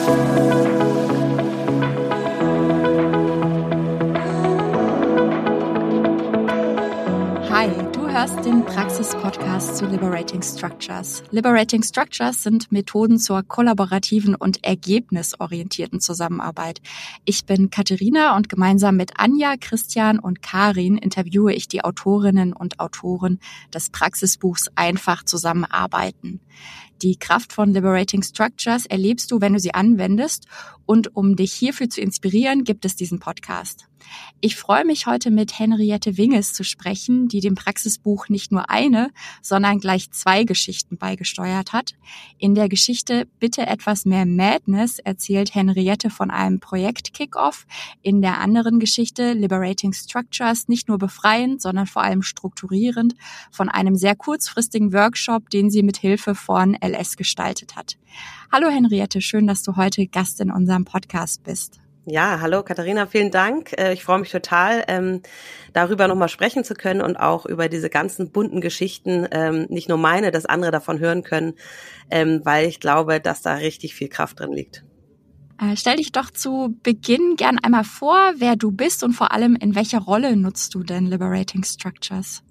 Hi, du hörst den Praxis-Podcast zu Liberating Structures. Liberating Structures sind Methoden zur kollaborativen und ergebnisorientierten Zusammenarbeit. Ich bin Katharina und gemeinsam mit Anja, Christian und Karin interviewe ich die Autorinnen und Autoren des Praxisbuchs Einfach zusammenarbeiten. Die Kraft von Liberating Structures erlebst du, wenn du sie anwendest. Und um dich hierfür zu inspirieren, gibt es diesen Podcast. Ich freue mich, heute mit Henriette Winges zu sprechen, die dem Praxisbuch nicht nur eine, sondern gleich 2 Geschichten beigesteuert hat. In der Geschichte Bitte etwas mehr Madness erzählt Henriette von einem Projekt-Kick-Off. In der anderen Geschichte Liberating Structures nicht nur befreiend, sondern vor allem strukturierend von einem sehr kurzfristigen Workshop, den sie mit Hilfe von LS gestaltet hat. Hallo Henriette, schön, dass du heute Gast in unserem Podcast bist. Ja, hallo Katharina, vielen Dank. Ich freue mich total, darüber nochmal sprechen zu können und auch über diese ganzen bunten Geschichten, nicht nur meine, dass andere davon hören können, weil ich glaube, dass da richtig viel Kraft drin liegt. Stell dich doch zu Beginn gern einmal vor, wer du bist und vor allem in welcher Rolle nutzt du denn Liberating Structures?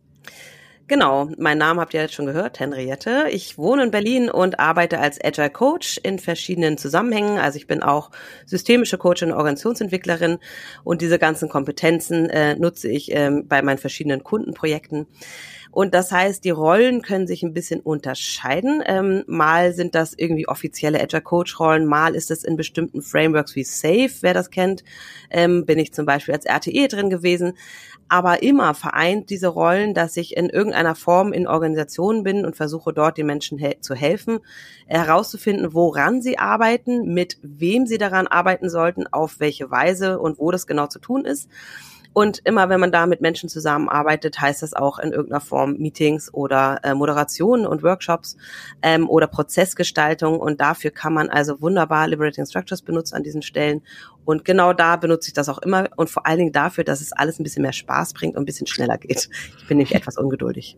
Genau, mein Name habt ihr jetzt schon gehört, Henriette. Ich wohne in Berlin und arbeite als Agile Coach in verschiedenen Zusammenhängen. Also ich bin auch systemische Coach und Organisationsentwicklerin und diese ganzen Kompetenzen nutze ich bei meinen verschiedenen Kundenprojekten. Und das heißt, die Rollen können sich ein bisschen unterscheiden. Mal sind das irgendwie offizielle Agile Coach Rollen, mal ist es in bestimmten Frameworks wie SAFe, wer das kennt, bin ich zum Beispiel als RTE drin gewesen. Aber immer vereint diese Rollen, dass ich in irgendeiner Form in Organisationen bin und versuche dort den Menschen zu helfen, herauszufinden, woran sie arbeiten, mit wem sie daran arbeiten sollten, auf welche Weise und wo das genau zu tun ist. Und immer, wenn man da mit Menschen zusammenarbeitet, heißt das auch in irgendeiner Form Meetings oder Moderationen und Workshops oder Prozessgestaltung. Und dafür kann man also wunderbar Liberating Structures benutzen an diesen Stellen. Und genau da benutze ich das auch immer und vor allen Dingen dafür, dass es alles ein bisschen mehr Spaß bringt und ein bisschen schneller geht. Ich bin nämlich etwas ungeduldig.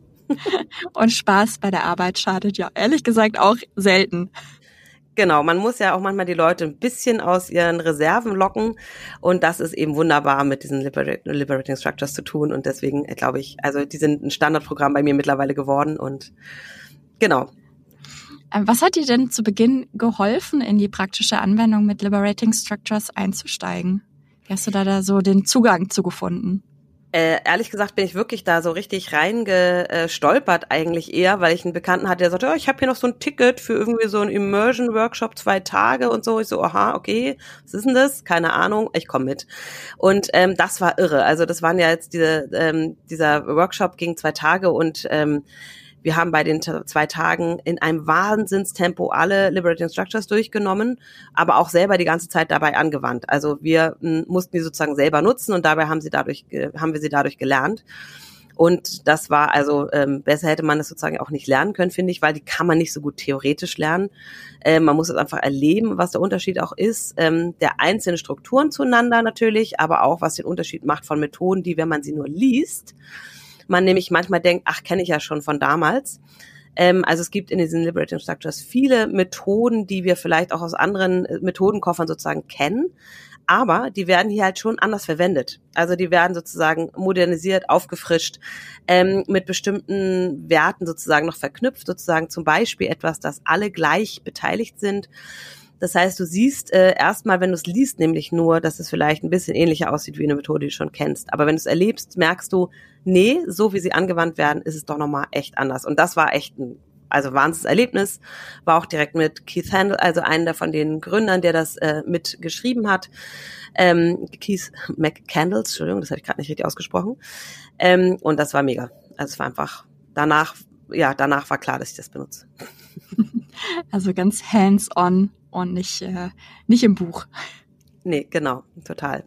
Und Spaß bei der Arbeit schadet ja ehrlich gesagt auch selten. Genau, man muss ja auch manchmal die Leute ein bisschen aus ihren Reserven locken und das ist eben wunderbar mit diesen Liberating Structures zu tun und deswegen glaube ich, also die sind ein Standardprogramm bei mir mittlerweile geworden und genau. Was hat dir denn zu Beginn geholfen, in die praktische Anwendung mit Liberating Structures einzusteigen? Wie hast du da so den Zugang zu gefunden? Ehrlich gesagt bin ich wirklich da so richtig reingestolpert eigentlich eher, weil ich einen Bekannten hatte, der sagte, ja, ich habe hier noch so ein Ticket für irgendwie so einen Immersion-Workshop 2 Tage und so. Ich so, aha, okay, was ist denn das? Keine Ahnung, ich komme mit. Und das war irre. Also das waren ja jetzt dieser Workshop ging 2 Tage und wir haben bei den 2 Tagen in einem Wahnsinnstempo alle Liberating Structures durchgenommen, aber auch selber die ganze Zeit dabei angewandt. Also wir mussten die sozusagen selber nutzen und dabei haben wir sie dadurch gelernt. Und das war also, besser hätte man das sozusagen auch nicht lernen können, finde ich, weil die kann man nicht so gut theoretisch lernen. Man muss es einfach erleben, was der Unterschied auch ist, der einzelnen Strukturen zueinander natürlich, aber auch, was den Unterschied macht von Methoden, die, wenn man sie nur liest, man nämlich manchmal denkt, ach, kenne ich ja schon von damals. Also es gibt in diesen Liberating Structures viele Methoden, die wir vielleicht auch aus anderen Methodenkoffern sozusagen kennen, aber die werden hier halt schon anders verwendet. Also die werden sozusagen modernisiert, aufgefrischt, mit bestimmten Werten sozusagen noch verknüpft, sozusagen zum Beispiel etwas, dass alle gleich beteiligt sind. Das heißt, du siehst erstmal, wenn du es liest, nämlich nur, dass es vielleicht ein bisschen ähnlicher aussieht wie eine Methode, die du schon kennst. Aber wenn du es erlebst, merkst du, nee, so wie sie angewandt werden, ist es doch nochmal echt anders. Und das war echt ein Wahnsinnserlebnis. War auch direkt mit Keith Handel, also einer von den Gründern, der das mitgeschrieben hat. Keith McCandles, Entschuldigung, das habe ich gerade nicht richtig ausgesprochen. Und das war mega. Also es war einfach, danach war klar, dass ich das benutze. Also ganz hands-on und nicht im Buch. Nee, genau, total.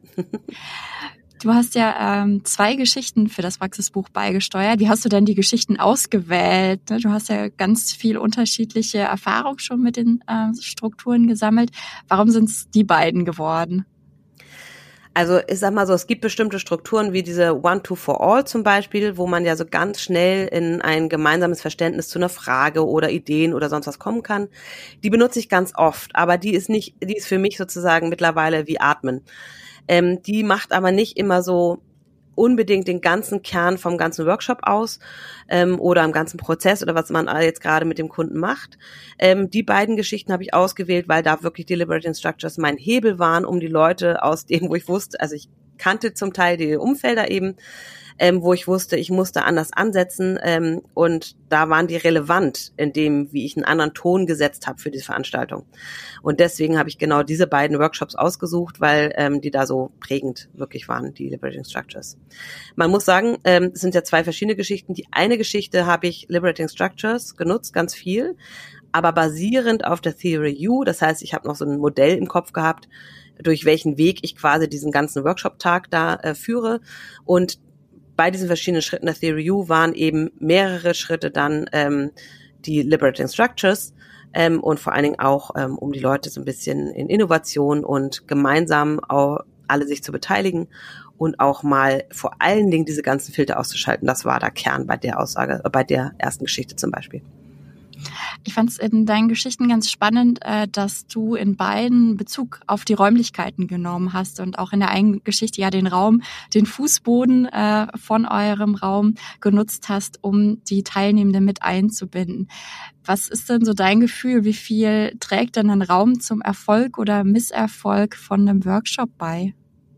Du hast ja 2 Geschichten für das Praxisbuch beigesteuert. Wie hast du denn die Geschichten ausgewählt? Du hast ja ganz viel unterschiedliche Erfahrung schon mit den Strukturen gesammelt. Warum sind es die beiden geworden? Also ich sag mal so, es gibt bestimmte Strukturen wie diese One-Two-For-All zum Beispiel, wo man ja so ganz schnell in ein gemeinsames Verständnis zu einer Frage oder Ideen oder sonst was kommen kann. Die benutze ich ganz oft, aber die ist für mich sozusagen mittlerweile wie Atmen. Die macht aber nicht immer so unbedingt den ganzen Kern vom ganzen Workshop aus oder im ganzen Prozess oder was man jetzt gerade mit dem Kunden macht. Die beiden Geschichten habe ich ausgewählt, weil da wirklich Deliberating Structures mein Hebel waren, um die Leute aus dem, wo ich wusste, also ich kannte zum Teil die Umfelder eben, wo ich wusste, ich musste anders ansetzen und da waren die relevant in dem, wie ich einen anderen Ton gesetzt habe für die Veranstaltung. Und deswegen habe ich genau diese beiden Workshops ausgesucht, weil die da so prägend wirklich waren, die Liberating Structures. Man muss sagen, es sind ja zwei verschiedene Geschichten. Die eine Geschichte habe ich Liberating Structures genutzt, ganz viel, aber basierend auf der Theory U. Das heißt, ich habe noch so ein Modell im Kopf gehabt, durch welchen Weg ich quasi diesen ganzen Workshop-Tag da führe. Und bei diesen verschiedenen Schritten der Theory U waren eben mehrere Schritte dann die Liberating Structures und vor allen Dingen auch, um die Leute so ein bisschen in Innovation und gemeinsam auch alle sich zu beteiligen und auch mal vor allen Dingen diese ganzen Filter auszuschalten. Das war der Kern bei der Aussage, bei der ersten Geschichte zum Beispiel. Ich fand es in deinen Geschichten ganz spannend, dass du in beiden Bezug auf die Räumlichkeiten genommen hast und auch in der einen Geschichte ja den Raum, den Fußboden von eurem Raum genutzt hast, um die Teilnehmenden mit einzubinden. Was ist denn so dein Gefühl? Wie viel trägt denn ein Raum zum Erfolg oder Misserfolg von einem Workshop bei?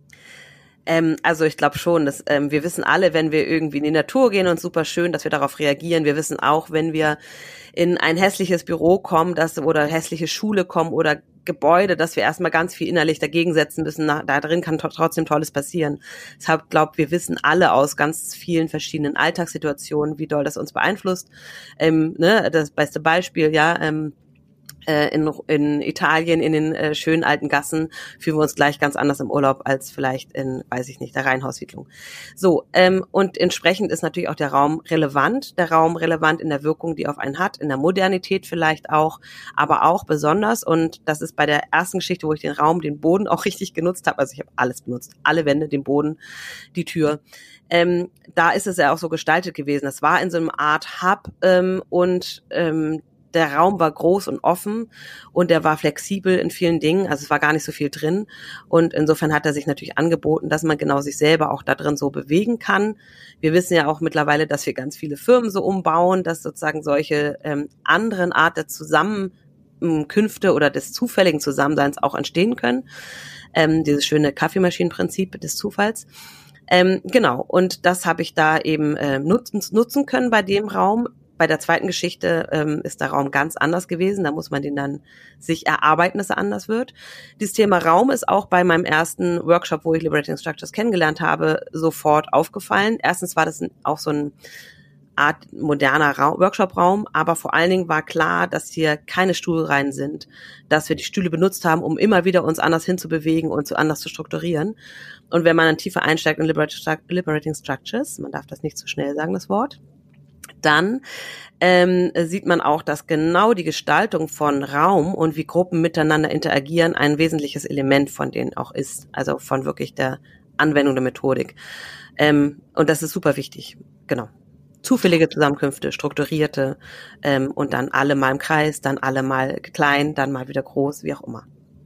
Also ich glaube schon, dass wir wissen alle, wenn wir irgendwie in die Natur gehen und super schön, dass wir darauf reagieren. Wir wissen auch, wenn wir in ein hässliches Büro kommen, oder hässliche Schule kommen oder Gebäude, dass wir erstmal ganz viel innerlich dagegen setzen müssen. Da drin kann trotzdem Tolles passieren. Deshalb wir wissen alle aus ganz vielen verschiedenen Alltagssituationen, wie doll das uns beeinflusst. Das beste Beispiel, ja, in Italien, in den schönen alten Gassen, fühlen wir uns gleich ganz anders im Urlaub als vielleicht in, weiß ich nicht, der Reihenhaussiedlung. So, und entsprechend ist natürlich auch der Raum relevant in der Wirkung, die auf einen hat, in der Modernität vielleicht auch, aber auch besonders, und das ist bei der ersten Geschichte, wo ich den Boden auch richtig genutzt habe, also ich habe alles benutzt, alle Wände, den Boden, die Tür, da ist es ja auch so gestaltet gewesen. Das war in so einer Art Hub der Raum war groß und offen und der war flexibel in vielen Dingen, also es war gar nicht so viel drin und insofern hat er sich natürlich angeboten, dass man genau sich selber auch da drin so bewegen kann. Wir wissen ja auch mittlerweile, dass wir ganz viele Firmen so umbauen, dass sozusagen solche anderen Art der Zusammenkünfte oder des zufälligen Zusammenseins auch entstehen können. Dieses schöne Kaffeemaschinenprinzip des Zufalls. Genau, und das habe ich da eben nutzen können bei dem Raum. Bei der zweiten Geschichte ist der Raum ganz anders gewesen. Da muss man den dann sich erarbeiten, dass er anders wird. Dieses Thema Raum ist auch bei meinem ersten Workshop, wo ich Liberating Structures kennengelernt habe, sofort aufgefallen. Erstens war das auch so eine Art moderner Workshop-Raum, aber vor allen Dingen war klar, dass hier keine Stuhlreihen sind, dass wir die Stühle benutzt haben, um immer wieder uns anders hinzubewegen und anders zu strukturieren. Und wenn man dann tiefer einsteigt in Liberating Structures, man darf das nicht zu schnell sagen, das Wort, dann sieht man auch, dass genau die Gestaltung von Raum und wie Gruppen miteinander interagieren ein wesentliches Element von denen auch ist, also von wirklich der Anwendung der Methodik. Und das ist super wichtig, genau. Zufällige Zusammenkünfte, strukturierte und dann alle mal im Kreis, dann alle mal klein, dann mal wieder groß, wie auch immer.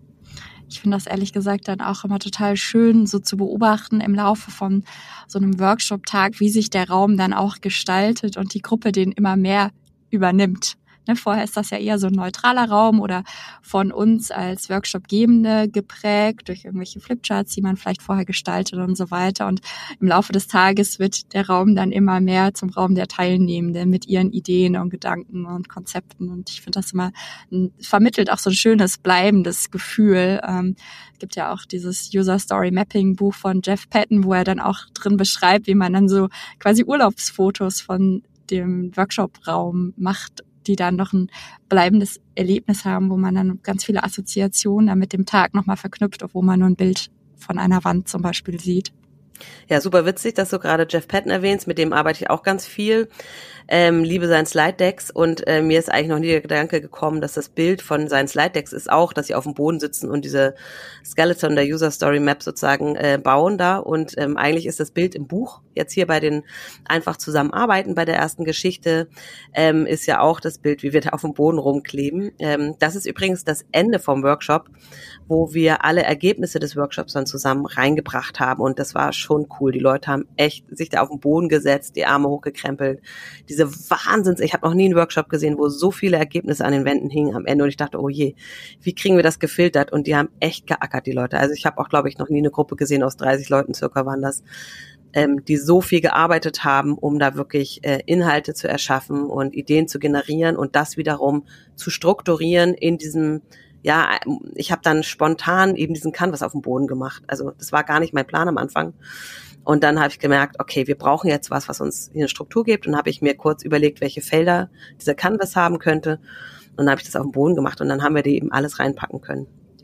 Ich finde das ehrlich gesagt dann auch immer total schön, so zu beobachten im Laufe von so einem Workshop-Tag, wie sich der Raum dann auch gestaltet und die Gruppe den immer mehr übernimmt. Vorher ist das ja eher so ein neutraler Raum oder von uns als Workshop-Gebende geprägt durch irgendwelche Flipcharts, die man vielleicht vorher gestaltet und so weiter. Und im Laufe des Tages wird der Raum dann immer mehr zum Raum der Teilnehmenden mit ihren Ideen und Gedanken und Konzepten. Und ich finde das immer, vermittelt auch so ein schönes, bleibendes Gefühl. Gibt ja auch dieses User-Story-Mapping-Buch von Jeff Patton, wo er dann auch drin beschreibt, wie man dann so quasi Urlaubsfotos von dem Workshop-Raum macht, die dann noch ein bleibendes Erlebnis haben, wo man dann ganz viele Assoziationen dann mit dem Tag nochmal verknüpft, obwohl man nur ein Bild von einer Wand zum Beispiel sieht. Ja, super witzig, dass du gerade Jeff Patton erwähnst, mit dem arbeite ich auch ganz viel. liebe seinen Slide-Decks und mir ist eigentlich noch nie der Gedanke gekommen, dass das Bild von seinen Slide-Decks ist auch, dass sie auf dem Boden sitzen und diese Skeleton der User-Story-Map sozusagen bauen da und eigentlich ist das Bild im Buch, jetzt hier bei den einfach zusammenarbeiten bei der ersten Geschichte, ist ja auch das Bild, wie wir da auf dem Boden rumkleben. Das ist übrigens das Ende vom Workshop, wo wir alle Ergebnisse des Workshops dann zusammen reingebracht haben und das war schon cool. Die Leute haben echt sich da auf den Boden gesetzt, die Arme hochgekrempelt. Diese ich habe noch nie einen Workshop gesehen, wo so viele Ergebnisse an den Wänden hingen am Ende und ich dachte, oh je, wie kriegen wir das gefiltert? Und die haben echt geackert, die Leute. Also ich habe auch, glaube ich, noch nie eine Gruppe gesehen, aus 30 Leuten circa waren das, die so viel gearbeitet haben, um da wirklich Inhalte zu erschaffen und Ideen zu generieren und das wiederum zu strukturieren in diesem, ja, ich habe dann spontan eben diesen Canvas auf dem Boden gemacht. Also das war gar nicht mein Plan am Anfang. Und dann habe ich gemerkt, okay, wir brauchen jetzt was uns hier eine Struktur gibt. Und habe ich mir kurz überlegt, welche Felder dieser Canvas haben könnte. Und dann habe ich das auf dem Boden gemacht und dann haben wir die eben alles reinpacken können.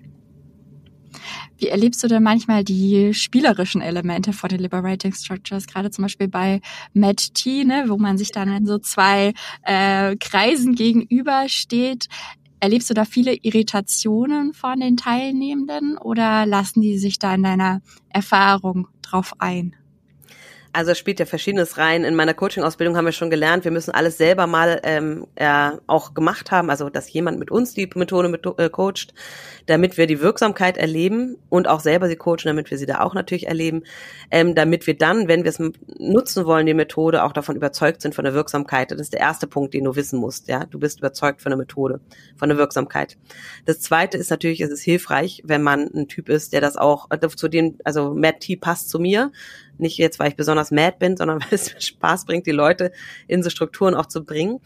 Wie erlebst du denn manchmal die spielerischen Elemente von den Liberating Structures, gerade zum Beispiel bei Mad T, ne, wo man sich dann in so zwei Kreisen gegenübersteht? Erlebst du da viele Irritationen von den Teilnehmenden oder lassen die sich da in deiner Erfahrung drauf ein? Also es spielt ja Verschiedenes rein. In meiner Coaching-Ausbildung haben wir schon gelernt, wir müssen alles selber mal auch gemacht haben, also dass jemand mit uns die Methode coacht, damit wir die Wirksamkeit erleben und auch selber sie coachen, damit wir sie da auch natürlich erleben, damit wir dann, wenn wir es nutzen wollen, die Methode, auch davon überzeugt sind von der Wirksamkeit. Das ist der erste Punkt, den du wissen musst. Ja, du bist überzeugt von der Methode, von der Wirksamkeit. Das zweite ist natürlich, es ist hilfreich, wenn man ein Typ ist, der das auch also Mad T passt zu mir. Nicht jetzt, weil ich besonders mad bin, sondern weil es mir Spaß bringt, die Leute in so Strukturen auch zu bringen.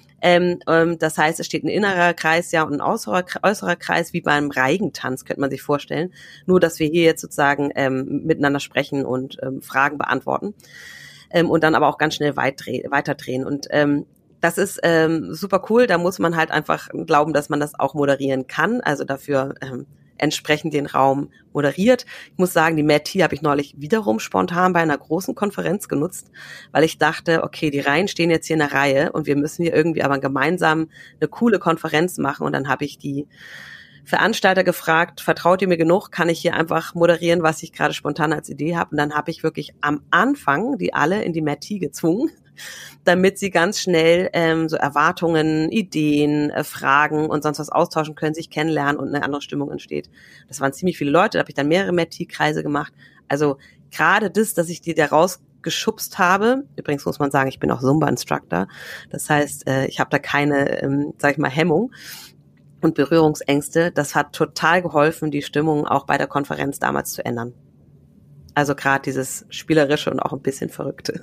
Das heißt, es steht ein innerer Kreis, ja, und ein äußerer Kreis, wie beim Reigentanz, könnte man sich vorstellen. Nur, dass wir hier jetzt sozusagen miteinander sprechen und Fragen beantworten und dann aber auch ganz schnell weiterdrehen. Und das ist super cool. Da muss man halt einfach glauben, dass man das auch moderieren kann. Also dafür entsprechend den Raum moderiert. Ich muss sagen, die Mad T habe ich neulich wiederum spontan bei einer großen Konferenz genutzt, weil ich dachte, okay, die Reihen stehen jetzt hier in der Reihe und wir müssen hier irgendwie aber gemeinsam eine coole Konferenz machen und dann habe ich die Veranstalter gefragt, vertraut ihr mir genug, kann ich hier einfach moderieren, was ich gerade spontan als Idee habe und dann habe ich wirklich am Anfang die alle in die Mad T gezwungen, damit sie ganz schnell so Erwartungen, Ideen, Fragen und sonst was austauschen können, sich kennenlernen und eine andere Stimmung entsteht. Das waren ziemlich viele Leute, da habe ich dann mehrere Mad T-Kreise gemacht. Also gerade das, dass ich die da rausgeschubst habe, übrigens muss man sagen, ich bin auch Zumba-Instructor, das heißt, ich habe da keine, sag ich mal, Hemmung und Berührungsängste, das hat total geholfen, die Stimmung auch bei der Konferenz damals zu ändern. Also gerade dieses Spielerische und auch ein bisschen Verrückte.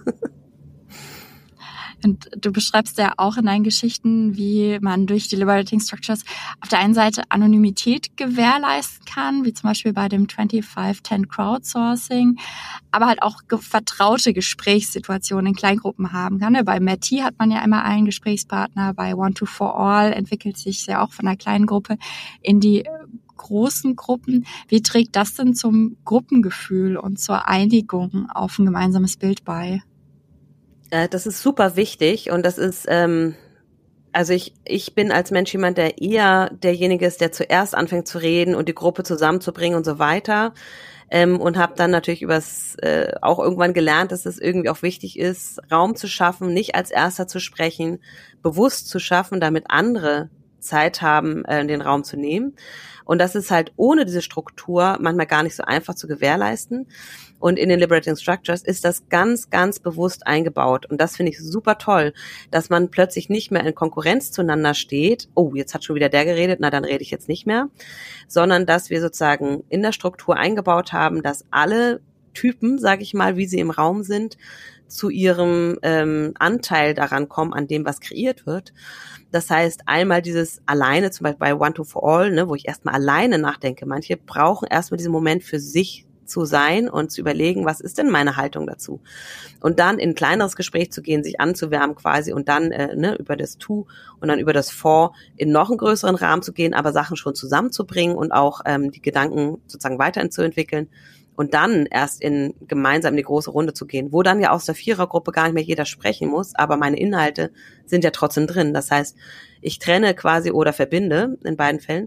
Und du beschreibst ja auch in deinen Geschichten, wie man durch die Liberating Structures auf der einen Seite Anonymität gewährleisten kann, wie zum Beispiel bei dem 2510 Crowdsourcing, aber halt auch vertraute Gesprächssituationen in Kleingruppen haben kann. Bei Mad T hat man ja immer einen Gesprächspartner, bei One to For All entwickelt sich ja auch von einer kleinen Gruppe in die großen Gruppen. Wie trägt das denn zum Gruppengefühl und zur Einigung auf ein gemeinsames Bild bei? Das ist super wichtig und das ist, also ich bin als Mensch jemand, der eher derjenige ist, der zuerst anfängt zu reden und die Gruppe zusammenzubringen und so weiter und habe dann natürlich auch irgendwann gelernt, dass es irgendwie auch wichtig ist, Raum zu schaffen, nicht als Erster zu sprechen, bewusst zu schaffen, damit andere Zeit haben, den Raum zu nehmen. Und das ist halt ohne diese Struktur manchmal gar nicht so einfach zu gewährleisten. Und in den Liberating Structures ist das ganz, ganz bewusst eingebaut. Und das finde ich super toll, dass man plötzlich nicht mehr in Konkurrenz zueinander steht. Oh, jetzt hat schon wieder der geredet, na dann rede ich jetzt nicht mehr. Sondern dass wir sozusagen in der Struktur eingebaut haben, dass alle Typen, sage ich mal, wie sie im Raum sind, zu ihrem Anteil daran kommen, an dem, was kreiert wird. Das heißt, einmal dieses alleine, zum Beispiel bei One to For All, ne, wo ich erstmal alleine nachdenke. Manche brauchen erstmal diesen Moment für sich zu sein und zu überlegen, was ist denn meine Haltung dazu? Und dann in ein kleineres Gespräch zu gehen, sich anzuwärmen quasi und dann über das To und dann über das For in noch einen größeren Rahmen zu gehen, aber Sachen schon zusammenzubringen und auch die Gedanken sozusagen weiterzuentwickeln. und dann erst gemeinsam in die große Runde zu gehen, wo dann ja aus der Vierergruppe gar nicht mehr jeder sprechen muss, aber meine Inhalte sind ja trotzdem drin. Das heißt, ich trenne quasi oder verbinde in beiden Fällen,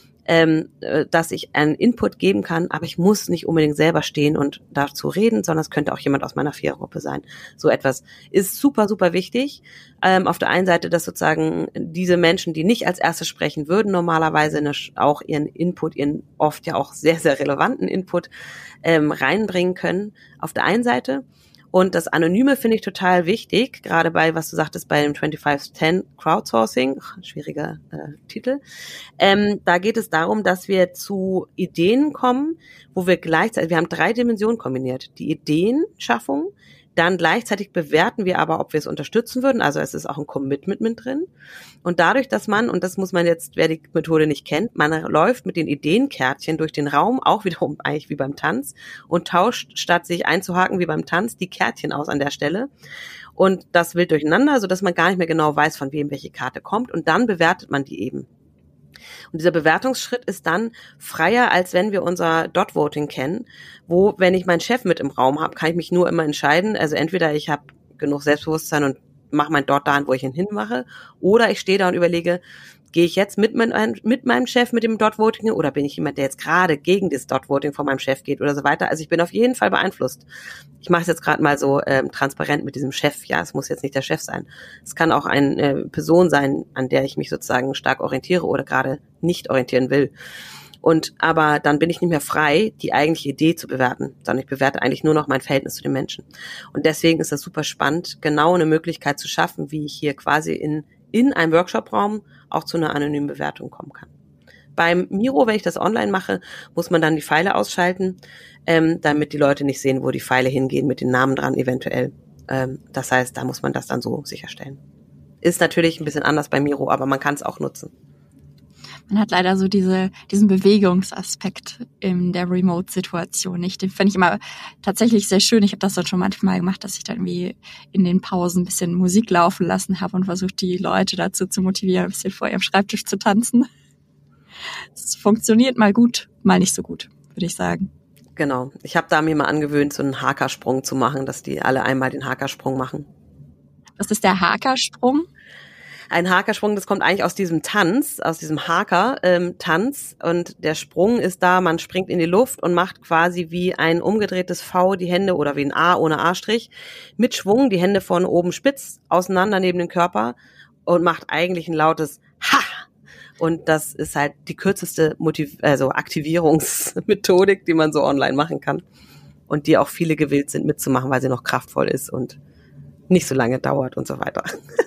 dass ich einen Input geben kann, aber ich muss nicht unbedingt selber stehen und dazu reden, sondern es könnte auch jemand aus meiner Vierergruppe sein. So etwas ist super, super wichtig. Auf der einen Seite, dass sozusagen diese Menschen, die nicht als Erste sprechen würden, normalerweise auch ihren Input, ihren oft ja auch sehr, sehr relevanten Input reinbringen können. Auf der einen Seite. Und das Anonyme finde ich total wichtig, gerade bei, was du sagtest, bei dem 2510 Crowdsourcing, schwieriger Titel. Da geht es darum, dass wir zu Ideen kommen, wo wir gleichzeitig, wir haben 3 Dimensionen kombiniert. Die Ideenschaffung, dann gleichzeitig bewerten wir aber, ob wir es unterstützen würden, also es ist auch ein Commitment mit drin. Und dadurch, dass man, und das muss man jetzt, wer die Methode nicht kennt, man läuft mit den Ideenkärtchen durch den Raum, auch wiederum eigentlich wie beim Tanz, und tauscht, statt sich einzuhaken wie beim Tanz, die Kärtchen aus an der Stelle. Und das wild durcheinander, sodass man gar nicht mehr genau weiß, von wem welche Karte kommt, und dann bewertet man die eben. Und dieser Bewertungsschritt ist dann freier, als wenn wir unser Dot-Voting kennen, wo, wenn ich meinen Chef mit im Raum habe, kann ich mich nur immer entscheiden. Also entweder ich habe genug Selbstbewusstsein und mache mein Dot dahin, wo ich ihn hinmache, oder ich stehe da und überlege, gehe ich jetzt mit meinem Chef mit dem Dot-Voting oder bin ich jemand, der jetzt gerade gegen das Dot-Voting von meinem Chef geht oder so weiter. Also ich bin auf jeden Fall beeinflusst. Ich mache es jetzt gerade mal so transparent mit diesem Chef. Ja, es muss jetzt nicht der Chef sein. Es kann auch eine Person sein, an der ich mich sozusagen stark orientiere oder gerade nicht orientieren will. Aber dann bin ich nicht mehr frei, die eigentliche Idee zu bewerten, sondern ich bewerte eigentlich nur noch mein Verhältnis zu den Menschen. Und deswegen ist das super spannend, genau eine Möglichkeit zu schaffen, wie ich hier quasi in einem Workshop-Raum auch zu einer anonymen Bewertung kommen kann. Beim Miro, wenn ich das online mache, muss man dann die Pfeile ausschalten, damit die Leute nicht sehen, wo die Pfeile hingehen mit den Namen dran eventuell. Das heißt, da muss man das dann so sicherstellen. Ist natürlich ein bisschen anders bei Miro, aber man kann es auch nutzen. Man hat leider so diesen Bewegungsaspekt in der Remote-Situation nicht. Den fände ich immer tatsächlich sehr schön. Ich habe das dann schon manchmal gemacht, dass ich dann irgendwie in den Pausen ein bisschen Musik laufen lassen habe und versucht, die Leute dazu zu motivieren, ein bisschen vor ihrem Schreibtisch zu tanzen. Es funktioniert mal gut, mal nicht so gut, würde ich sagen. Genau. Ich habe da mir mal angewöhnt, so einen Hakersprung zu machen, dass die alle einmal den Hakersprung machen. Was ist der Hakersprung? Ein Hakersprung, das kommt eigentlich aus diesem Tanz, aus diesem Haker-Tanz. Und der Sprung ist da, man springt in die Luft und macht quasi wie ein umgedrehtes V die Hände oder wie ein A ohne A-Strich mit Schwung, die Hände von oben spitz auseinander neben den Körper und macht eigentlich ein lautes Ha! Und das ist halt die kürzeste Aktivierungsmethodik, die man so online machen kann. Und die auch viele gewillt sind mitzumachen, weil sie noch kraftvoll ist und nicht so lange dauert und so weiter.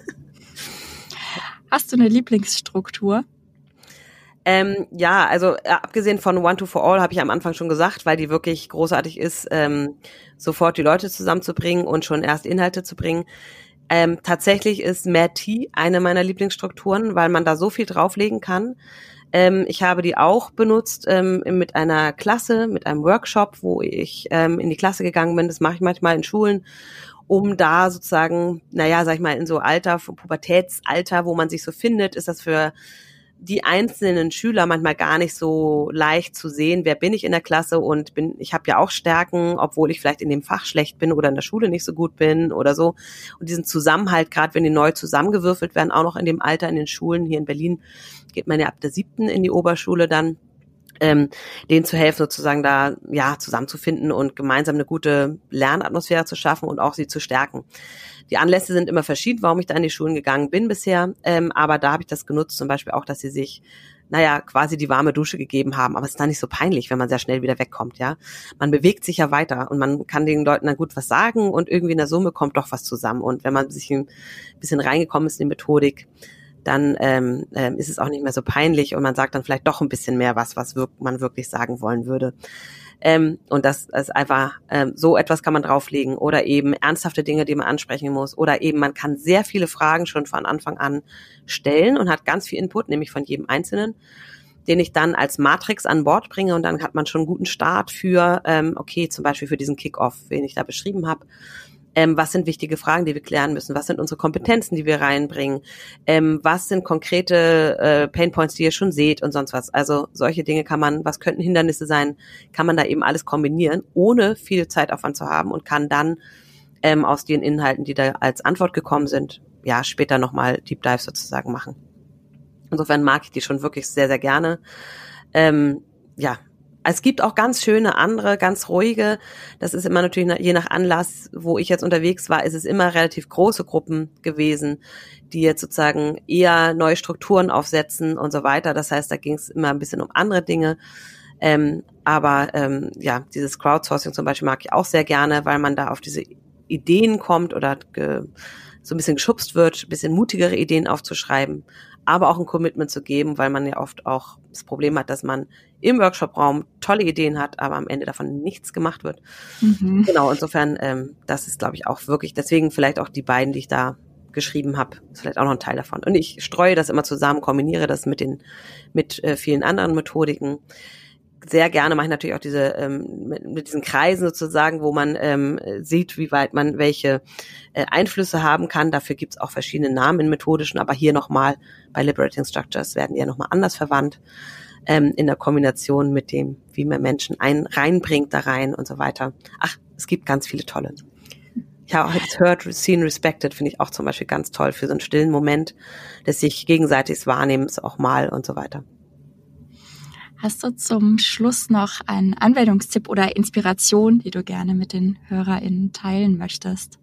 Hast du eine Lieblingsstruktur? Ja, also abgesehen von One to for All habe ich am Anfang schon gesagt, weil die wirklich großartig ist, sofort die Leute zusammenzubringen und schon erst Inhalte zu bringen. Tatsächlich ist Mad Tea eine meiner Lieblingsstrukturen, weil man da so viel drauflegen kann. Ich habe die auch benutzt mit einer Klasse, mit einem Workshop, wo ich in die Klasse gegangen bin. Das mache ich manchmal in Schulen, um da sozusagen, sag ich mal, in so Pubertätsalter, wo man sich so findet, ist das für die einzelnen Schüler manchmal gar nicht so leicht zu sehen, wer bin ich in der Klasse und ich habe ja auch Stärken, obwohl ich vielleicht in dem Fach schlecht bin oder in der Schule nicht so gut bin oder so. Und diesen Zusammenhalt, gerade wenn die neu zusammengewürfelt werden, auch noch in dem Alter in den Schulen, hier in Berlin geht man ja ab der 7. in die Oberschule dann, denen zu helfen, sozusagen da zusammenzufinden und gemeinsam eine gute Lernatmosphäre zu schaffen und auch sie zu stärken. Die Anlässe sind immer verschieden, warum ich da in die Schulen gegangen bin bisher, aber da habe ich das genutzt, zum Beispiel auch, dass sie sich quasi die warme Dusche gegeben haben, aber es ist dann nicht so peinlich, wenn man sehr schnell wieder wegkommt, ja. Man bewegt sich ja weiter und man kann den Leuten dann gut was sagen und irgendwie in der Summe kommt doch was zusammen und wenn man sich ein bisschen reingekommen ist in die Methodik, dann ist es auch nicht mehr so peinlich und man sagt dann vielleicht doch ein bisschen mehr was man wirklich sagen wollen würde. Und das ist einfach, so etwas kann man drauflegen oder eben ernsthafte Dinge, die man ansprechen muss oder eben man kann sehr viele Fragen schon von Anfang an stellen und hat ganz viel Input, nämlich von jedem Einzelnen, den ich dann als Matrix an Bord bringe und dann hat man schon einen guten Start für, zum Beispiel für diesen Kick-Off, den ich da beschrieben habe. Was sind wichtige Fragen, die wir klären müssen? Was sind unsere Kompetenzen, die wir reinbringen? Was sind konkrete Painpoints, die ihr schon seht und sonst was? Also solche Dinge was könnten Hindernisse sein, kann man da eben alles kombinieren, ohne viel Zeitaufwand zu haben und kann dann aus den Inhalten, die da als Antwort gekommen sind, ja, später nochmal Deep Dive sozusagen machen. Insofern mag ich die schon wirklich sehr, sehr gerne. Ja, es gibt auch ganz schöne andere, ganz ruhige. Das ist immer natürlich je nach Anlass, wo ich jetzt unterwegs war, ist es immer relativ große Gruppen gewesen, die jetzt sozusagen eher neue Strukturen aufsetzen und so weiter. Das heißt, da ging es immer ein bisschen um andere Dinge. Aber dieses Crowdsourcing zum Beispiel mag ich auch sehr gerne, weil man da auf diese Ideen kommt oder so ein bisschen geschubst wird, ein bisschen mutigere Ideen aufzuschreiben, aber auch ein Commitment zu geben, weil man ja oft auch das Problem hat, dass man im Workshop-Raum tolle Ideen hat, aber am Ende davon nichts gemacht wird. Mhm. Genau, insofern, das ist, glaube ich, auch wirklich, deswegen vielleicht auch die beiden, die ich da geschrieben habe, ist vielleicht auch noch ein Teil davon. Und ich streue das immer zusammen, kombiniere das mit vielen anderen Methodiken. Sehr gerne mache ich natürlich auch diese mit diesen Kreisen sozusagen, wo man sieht, wie weit man welche Einflüsse haben kann. Dafür gibt es auch verschiedene Namen in methodischen, aber hier nochmal bei Liberating Structures werden die ja nochmal anders verwandt in der Kombination mit dem, wie man Menschen reinbringt da rein und so weiter. Ach, es gibt ganz viele tolle. Ich habe auch jetzt Heard, Seen, Respected, finde ich auch zum Beispiel ganz toll für so einen stillen Moment des sich gegenseitiges Wahrnehmens auch mal und so weiter. Hast du zum Schluss noch einen Anwendungstipp oder Inspiration, die du gerne mit den HörerInnen teilen möchtest?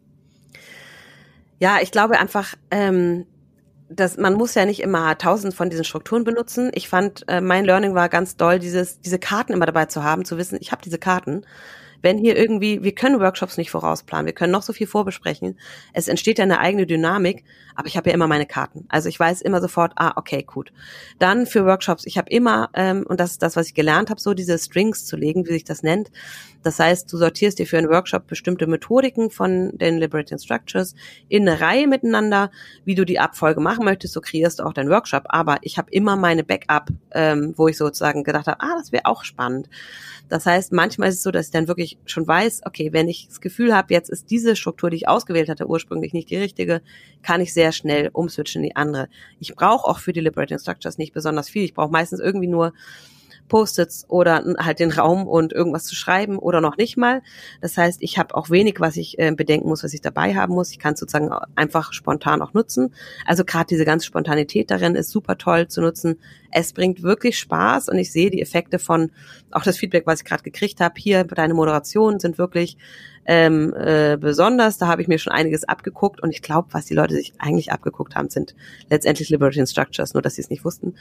Ja, ich glaube einfach, dass man muss ja nicht immer 1000 von diesen Strukturen benutzen. Ich fand, mein Learning war ganz doll, diese Karten immer dabei zu haben, zu wissen, ich habe diese Karten. Wenn hier irgendwie, wir können Workshops nicht vorausplanen, wir können noch so viel vorbesprechen, es entsteht ja eine eigene Dynamik, aber ich habe ja immer meine Karten. Also ich weiß immer sofort, okay, gut. Dann für Workshops, ich habe immer, und das ist das, was ich gelernt habe, so diese Strings zu legen, wie sich das nennt. Das heißt, du sortierst dir für einen Workshop bestimmte Methodiken von den Liberating Structures in eine Reihe miteinander, wie du die Abfolge machen möchtest, so kreierst du auch deinen Workshop. Aber ich habe immer meine Backup, wo ich sozusagen gedacht habe, das wäre auch spannend. Das heißt, manchmal ist es so, dass ich dann wirklich schon weiß, okay, wenn ich das Gefühl habe, jetzt ist diese Struktur, die ich ausgewählt hatte, ursprünglich nicht die richtige, kann ich sehr schnell umswitchen in die andere. Ich brauche auch für die Liberating Structures nicht besonders viel. Ich brauche meistens irgendwie nur Post-its oder halt den Raum und irgendwas zu schreiben oder noch nicht mal. Das heißt, ich habe auch wenig, was ich bedenken muss, was ich dabei haben muss. Ich kann es sozusagen einfach spontan auch nutzen. Also gerade diese ganze Spontanität darin ist super toll zu nutzen. Es bringt wirklich Spaß und ich sehe die Effekte von, auch das Feedback, was ich gerade gekriegt habe, hier, deine Moderationen sind wirklich besonders. Da habe ich mir schon einiges abgeguckt und ich glaube, was die Leute sich eigentlich abgeguckt haben, sind letztendlich Liberating Structures, nur dass sie es nicht wussten.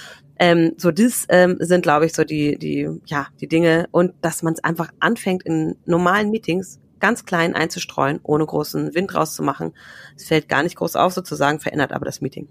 Das sind, glaube ich, so die Dinge und dass man es einfach anfängt in normalen Meetings ganz klein einzustreuen, ohne großen Wind rauszumachen. Es fällt gar nicht groß auf sozusagen, verändert aber das Meeting.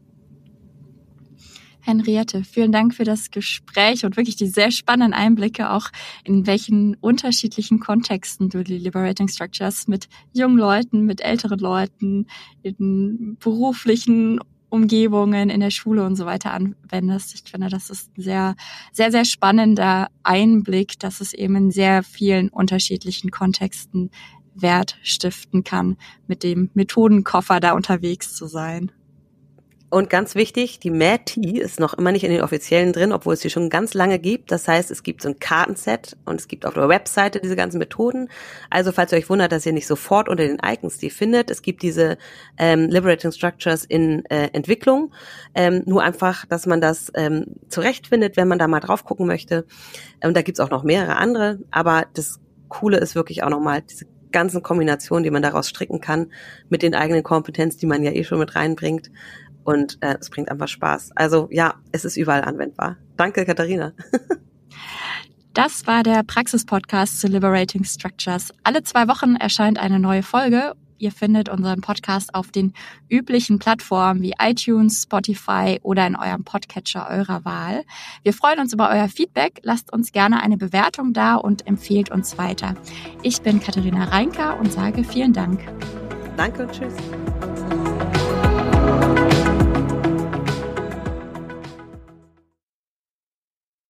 Henriette, vielen Dank für das Gespräch und wirklich die sehr spannenden Einblicke auch, in welchen unterschiedlichen Kontexten du die Liberating Structures mit jungen Leuten, mit älteren Leuten, in beruflichen Umgebungen, in der Schule und so weiter anwendest. Ich finde, das ist ein sehr, sehr, sehr spannender Einblick, dass es eben in sehr vielen unterschiedlichen Kontexten Wert stiften kann, mit dem Methodenkoffer da unterwegs zu sein. Und ganz wichtig, die Mad Tea ist noch immer nicht in den offiziellen drin, obwohl es die schon ganz lange gibt. Das heißt, es gibt so ein Kartenset und es gibt auf der Webseite diese ganzen Methoden. Also falls ihr euch wundert, dass ihr nicht sofort unter den Icons die findet, es gibt diese Liberating Structures in Entwicklung. Nur einfach, dass man das zurechtfindet, wenn man da mal drauf gucken möchte. Und da gibt's auch noch mehrere andere. Aber das Coole ist wirklich auch nochmal diese ganzen Kombinationen, die man daraus stricken kann, mit den eigenen Kompetenzen, die man ja schon mit reinbringt. Und es bringt einfach Spaß. Also ja, es ist überall anwendbar. Danke, Katharina. Das war der Praxis-Podcast zu Liberating Structures. Alle 2 Wochen erscheint eine neue Folge. Ihr findet unseren Podcast auf den üblichen Plattformen wie iTunes, Spotify oder in eurem Podcatcher eurer Wahl. Wir freuen uns über euer Feedback. Lasst uns gerne eine Bewertung da und empfehlt uns weiter. Ich bin Katharina Reinker und sage vielen Dank. Danke und tschüss.